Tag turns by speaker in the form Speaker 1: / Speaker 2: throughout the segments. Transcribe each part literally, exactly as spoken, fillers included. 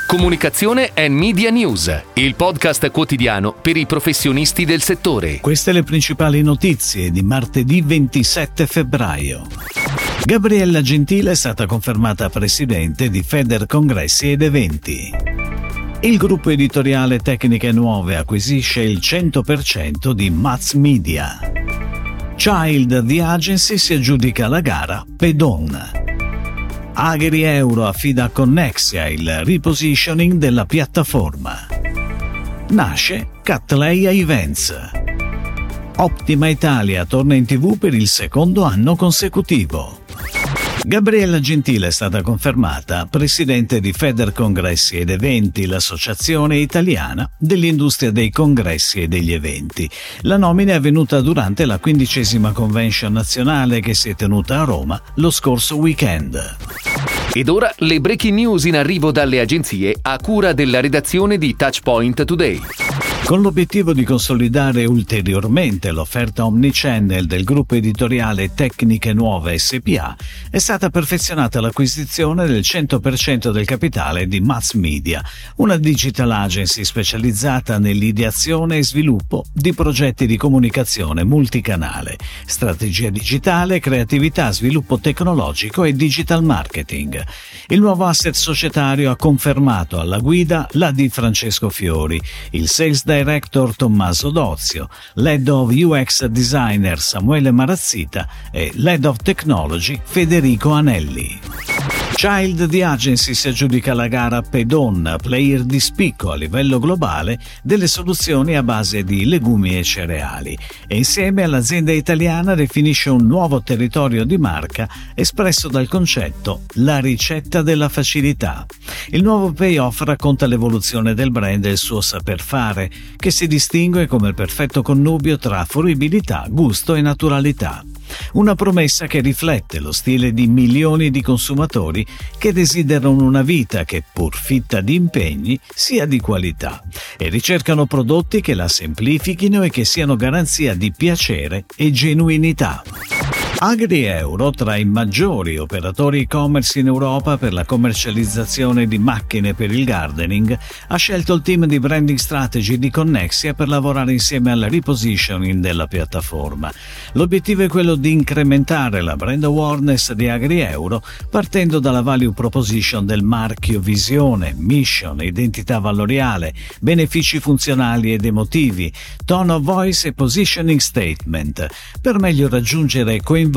Speaker 1: Comunicazione and Media News, il podcast quotidiano per i professionisti del settore.
Speaker 2: Queste le principali notizie di martedì ventisette febbraio. Gabriella Gentile è stata confermata presidente di Federcongressi ed Eventi. Il gruppo editoriale Tecniche Nuove acquisisce il cento per cento di Mass Media. Child The Agency si aggiudica la gara Pedon. Agri Euro affida a Connexia il repositioning della piattaforma. Nasce Catleya Events. Optima Italia torna in tivù per il secondo anno consecutivo. Gabriella Gentile è stata confermata presidente di Federcongressi ed Eventi, l'associazione italiana dell'industria dei congressi e degli eventi. La nomina è avvenuta durante la quindicesima convention nazionale che si è tenuta a Roma lo scorso weekend.
Speaker 1: Ed ora le breaking news in arrivo dalle agenzie a cura della redazione di Touchpoint Today.
Speaker 2: Con l'obiettivo di consolidare ulteriormente l'offerta omnichannel del gruppo editoriale Tecniche Nuove S P A, è stata perfezionata l'acquisizione del cento per cento del capitale di Mass Media, una digital agency specializzata nell'ideazione e sviluppo di progetti di comunicazione multicanale, strategia digitale, creatività, sviluppo tecnologico e digital marketing. Il nuovo asset societario ha confermato alla guida la di Francesco Fiori, il sales Director Tommaso Dozio, l'Head of U X Designer Samuele Marazzita e l'Head of Technology Federico Anelli. Child The Agency si aggiudica la gara Pedon, player di spicco a livello globale delle soluzioni a base di legumi e cereali, e insieme all'azienda italiana definisce un nuovo territorio di marca espresso dal concetto la ricetta della facilità. Il nuovo payoff racconta l'evoluzione del brand e il suo saper fare, che si distingue come il perfetto connubio tra fruibilità, gusto e naturalità. Una promessa che riflette lo stile di milioni di consumatori che desiderano una vita che, pur fitta di impegni, sia di qualità e ricercano prodotti che la semplifichino e che siano garanzia di piacere e genuinità. Agri Euro, tra i maggiori operatori e-commerce in Europa per la commercializzazione di macchine per il gardening, ha scelto il team di branding strategy di Connexia per lavorare insieme al repositioning della piattaforma. L'obiettivo è quello di incrementare la brand awareness di Agri Euro partendo dalla value proposition del marchio, visione, mission, identità valoriale, benefici funzionali ed emotivi, tone of voice e positioning statement, per meglio raggiungere e coinvolgere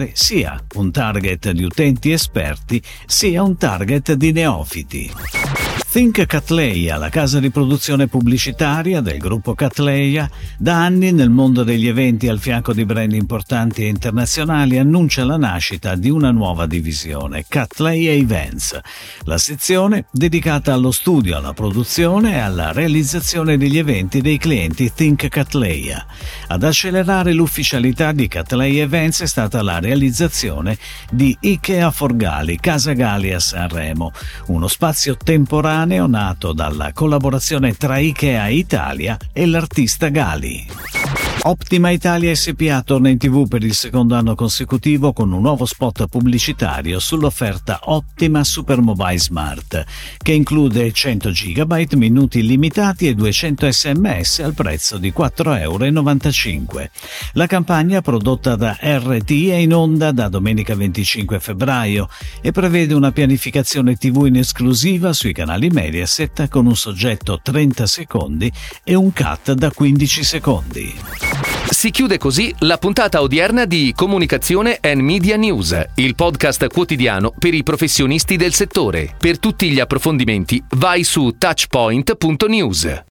Speaker 2: sia un target di utenti esperti sia un target di neofiti. Think Catleya, la casa di produzione pubblicitaria del gruppo Catleya, da anni nel mondo degli eventi al fianco di brand importanti e internazionali, annuncia la nascita di una nuova divisione, Catleya Events, la sezione dedicata allo studio, alla produzione e alla realizzazione degli eventi dei clienti Think Catleya. Ad accelerare l'ufficialità di Catleya Events è stata la realizzazione di Ikea Forgali, Casa Gali a Sanremo, uno spazio temporaneo nato dalla collaborazione tra Ikea Italia e l'artista Gali. Optima Italia S P A torna in tivù per il secondo anno consecutivo con un nuovo spot pubblicitario sull'offerta Optima Supermobile Smart, che include cento gigabyte, minuti illimitati e duecento sms al prezzo di quattro virgola novantacinque euro. La campagna, prodotta da R T, è in onda da domenica venticinque febbraio e prevede una pianificazione tivù in esclusiva sui canali Mediaset con un soggetto trenta secondi e un cut da quindici secondi.
Speaker 1: Si chiude così la puntata odierna di Comunicazione and Media News, il podcast quotidiano per i professionisti del settore. Per tutti gli approfondimenti vai su touchpoint punto news.